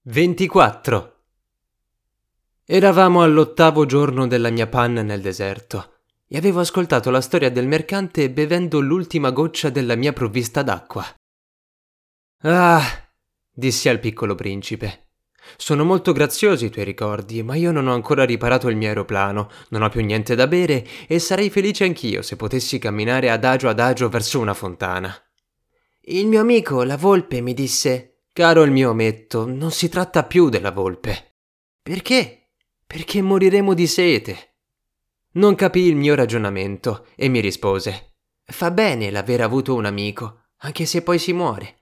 24. Eravamo all'8° giorno della mia panna nel deserto e avevo ascoltato la storia del mercante bevendo l'ultima goccia della mia provvista d'acqua. «Ah!» dissi al piccolo principe. «Sono molto graziosi i tuoi ricordi, ma io non ho ancora riparato il mio aeroplano, non ho più niente da bere e sarei felice anch'io se potessi camminare adagio verso una fontana». Il mio amico, la volpe, mi disse: «Caro il mio ometto, non si tratta più della volpe». «Perché?» «Perché moriremo di sete». Non capì il mio ragionamento e mi rispose: «Fa bene l'aver avuto un amico, anche se poi si muore.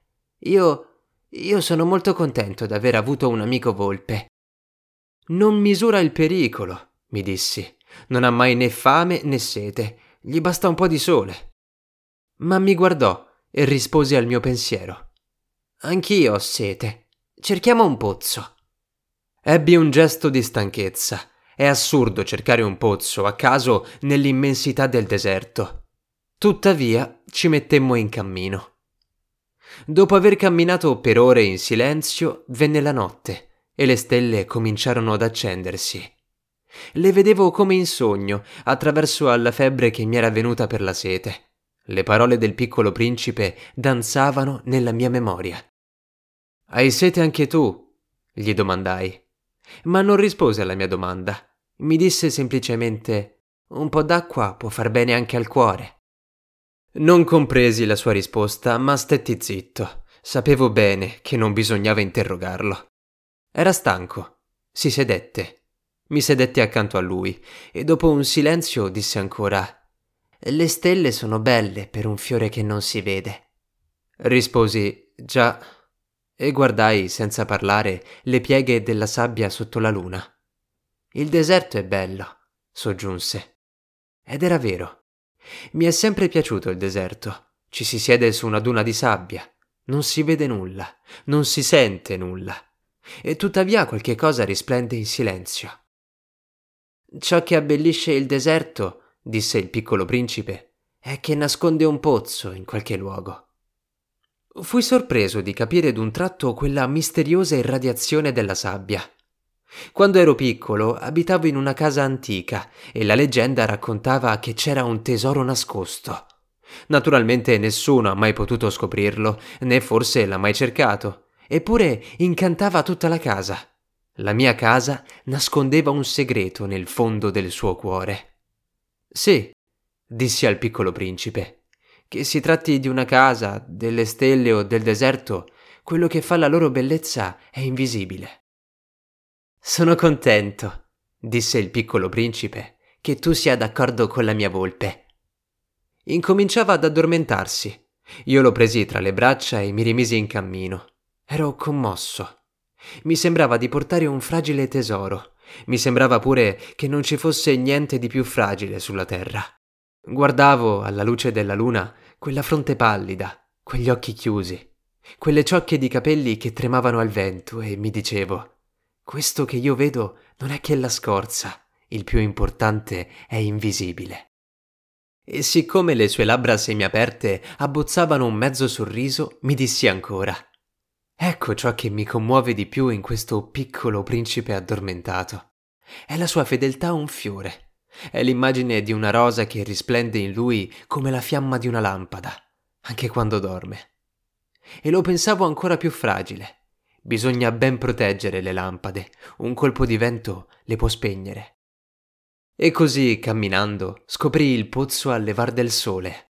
Io sono molto contento d'aver avuto un amico volpe». «Non misura il pericolo», mi dissi. «Non ha mai né fame né sete, gli basta un po' di sole». Ma mi guardò e rispose al mio pensiero: «Anch'io ho sete. Cerchiamo un pozzo». Ebbi un gesto di stanchezza. È assurdo cercare un pozzo a caso nell'immensità del deserto. Tuttavia ci mettemmo in cammino. Dopo aver camminato per ore in silenzio, venne la notte e le stelle cominciarono ad accendersi. Le vedevo come in sogno, attraverso alla febbre che mi era venuta per la sete. Le parole del piccolo principe danzavano nella mia memoria. «Hai sete anche tu?» gli domandai. Ma non rispose alla mia domanda. Mi disse semplicemente: «Un po' d'acqua può far bene anche al cuore». Non compresi la sua risposta, ma stetti zitto. Sapevo bene che non bisognava interrogarlo. Era stanco. Si sedette. Mi sedetti accanto a lui e dopo un silenzio disse ancora: «Le stelle sono belle per un fiore che non si vede». Risposi: «Già», e guardai senza parlare le pieghe della sabbia sotto la luna. «Il deserto è bello», soggiunse. Ed era vero. Mi è sempre piaciuto il deserto. Ci si siede su una duna di sabbia. Non si vede nulla, non si sente nulla. E tuttavia qualche cosa risplende in silenzio. «Ciò che abbellisce il deserto», disse il piccolo principe, «è che nasconde un pozzo in qualche luogo». Fui sorpreso di capire d'un tratto quella misteriosa irradiazione della sabbia. Quando ero piccolo abitavo in una casa antica e la leggenda raccontava che c'era un tesoro nascosto. Naturalmente nessuno ha mai potuto scoprirlo, né forse l'ha mai cercato, eppure incantava tutta la casa. La mia casa nascondeva un segreto nel fondo del suo cuore. «Sì», dissi al piccolo principe, «che si tratti di una casa, delle stelle o del deserto, quello che fa la loro bellezza è invisibile». «Sono contento», disse il piccolo principe, «che tu sia d'accordo con la mia volpe». Incominciava ad addormentarsi. Io lo presi tra le braccia e mi rimisi in cammino. Ero commosso. Mi sembrava di portare un fragile tesoro. Mi sembrava pure che non ci fosse niente di più fragile sulla terra. Guardavo, alla luce della luna, quella fronte pallida, quegli occhi chiusi, quelle ciocche di capelli che tremavano al vento e mi dicevo: «Questo che io vedo non è che la scorza, il più importante è invisibile». E siccome le sue labbra semiaperte abbozzavano un mezzo sorriso, mi dissi ancora: «Ecco ciò che mi commuove di più in questo piccolo principe addormentato. È la sua fedeltà a un fiore. È l'immagine di una rosa che risplende in lui come la fiamma di una lampada, anche quando dorme». E lo pensavo ancora più fragile. Bisogna ben proteggere le lampade, un colpo di vento le può spegnere. E così, camminando, scoprì il pozzo al levar del sole.